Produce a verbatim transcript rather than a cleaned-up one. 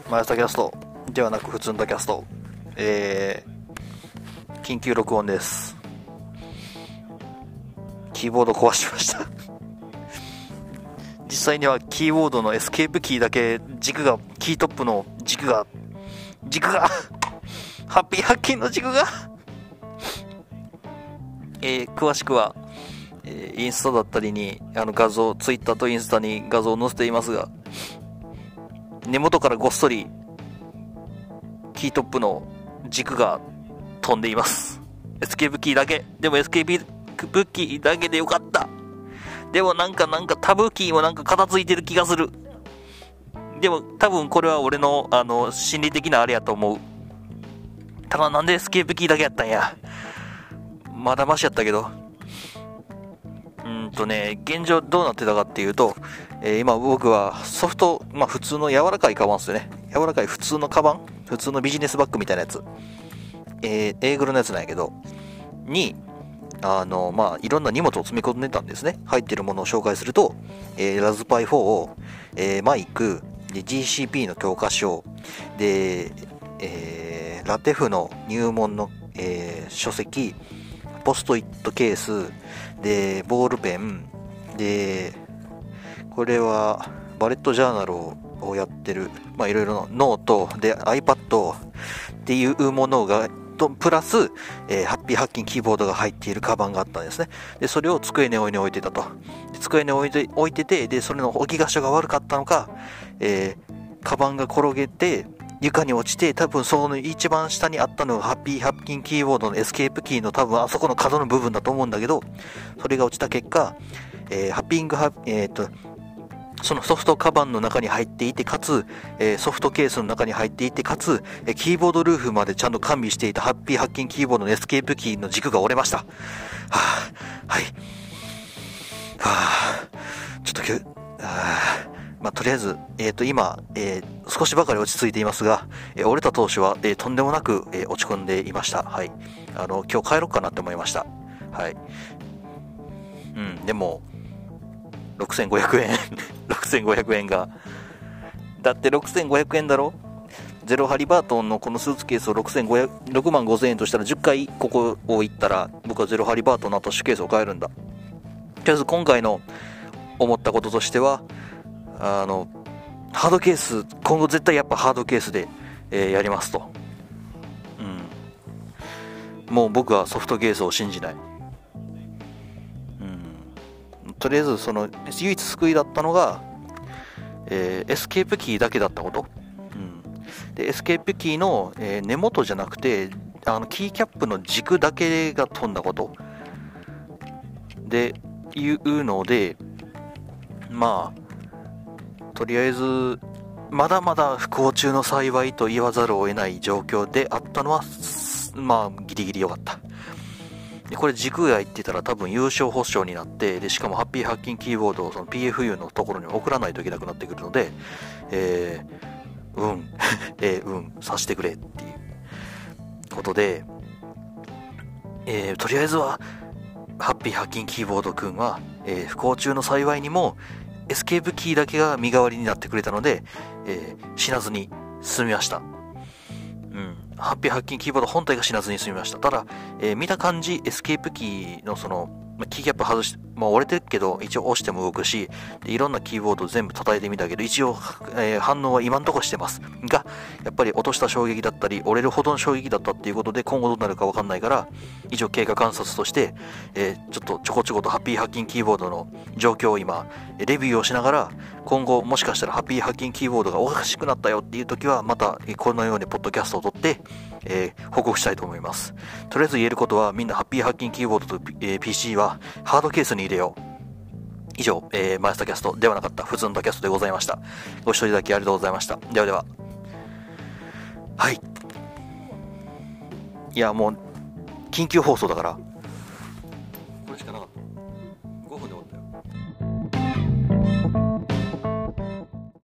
マイスタキャストではなく普通のキャスト、えー、緊急録音です。キーボード壊しました実際にはキーボードのエスケープキーだけ軸が、キートップの軸が軸がハッピーハッキンの軸がえー、詳しくは、えー、インスタだったりにあの画像、ツイッターとインスタに画像を載せていますが、根元からごっそりキートップの軸が飛んでいます。エスケープキーだけ。でもエスケープキーだけでよかった。でもなんかなんかタブキーもなんか片付いてる気がする。でも多分これは俺のあの心理的なあれやと思う。ただなんでエスケープキーだけやったんや。まだマシやったけど。うーんとね、現状どうなってたかっていうと、えー、今僕はソフト、まあ普通の柔らかいカバンですよね。柔らかい普通のカバン、普通のビジネスバッグみたいなやつ。えー、エーグルのやつなんやけど、に、あの、まあいろんな荷物を詰め込んでたんですね。入ってるものを紹介すると、えー、ラズパイフォーを、えー、マイク、で ジーシーピー の教科書、で、えー、ラテフの入門の、えー、書籍、ポストイットケースでボールペンで、これはバレットジャーナルをやってる、まあいろいろなノートで iPad っていうものがとプラス、えー、ハッピーハッキンキーボードが入っているカバンがあったんですね。でそれを机の上に置いてたと。で机に置いて置いてて、でそれの置き場所が悪かったのか、えー、カバンが転げて床に落ちて、多分その一番下にあったのがハッピーハッキンキーボードのエスケープキーの多分あそこの角の部分だと思うんだけど、それが落ちた結果、えー、ハッピングハえー、っとそのソフトカバンの中に入っていて、かつ、えー、ソフトケースの中に入っていて、かつ、えー、キーボードルーフまでちゃんと完備していたハッピーハッキンキーボードのエスケープキーの軸が折れました。はぁ、はい。はぁ、ちょっときゅ、はぁ、まあ、とりあえず、えっと、今、えー、少しばかり落ち着いていますが、えー、折れた当初は、えー、とんでもなく、えー、落ち込んでいました。はい。あの、今日帰ろうかなって思いました。はい。うん、でも、ろくせんごひゃくえんろくせんごひゃくえんがだってろくせんごひゃくえんだろ。ゼロハリバートンのこのスーツケースをろくまんごせんえんとしたらじゅっかいここを行ったら、僕はゼロハリバートンのアタッシュケースを買えるんだ。とりあえず今回の思ったこととしては、あのハードケース、今後絶対やっぱハードケースで、えー、やりますと。うん、もう僕はソフトケースを信じない。とりあえずその唯一救いだったのが、えー、エスケープキーだけだったこと、うん、でエスケープキーの、えー、根元じゃなくて、あのキーキャップの軸だけが飛んだことでいうので、まあとりあえずまだまだ不幸中の幸いと言わざるを得ない状況であったのは、まあギリギリ良かった。でこれ軸が言ってたら多分優勝保証になって、でしかもハッピーハッキンキーボードをその ピーエフユー のところに送らないといけなくなってくるので、えー、うんえー、うんさしてくれっていうことで、えー、とりあえずはハッピーハッキンキーボードくんは、えー、不幸中の幸いにもエスケープキーだけが身代わりになってくれたので、えー、死なずに済みました。うん、ハッピーハッキンキーボード本体が死なずに済みました。ただ、えー、見た感じエスケープキーのそのキーキャップ外して、まあ、折れてるけど一応押しても動くし、でいろんなキーボード全部叩いてみたけど一応、えー、反応は今んとこしてますが、やっぱり落とした衝撃だったり折れるほどの衝撃だったっていうことで今後どうなるか分かんないから、以上経過観察として、えー、ちょっとちょこちょことハッピーハッキンキーボードの状況を今レビューをしながら、今後もしかしたらハッピーハッキンキーボードがおかしくなったよっていう時はまたこのようにポッドキャストを撮って、えー、報告したいと思います。とりあえず言えることは、みんなハッピーハッキンキーボードと、えー、ピーシー はハードケースに入れよう。以上、えー、マイスタキャストではなかった普通のキャストでございました。ご視聴いただきありがとうございました。ではでは。はい。いやもう緊急放送だからこれしかなかった。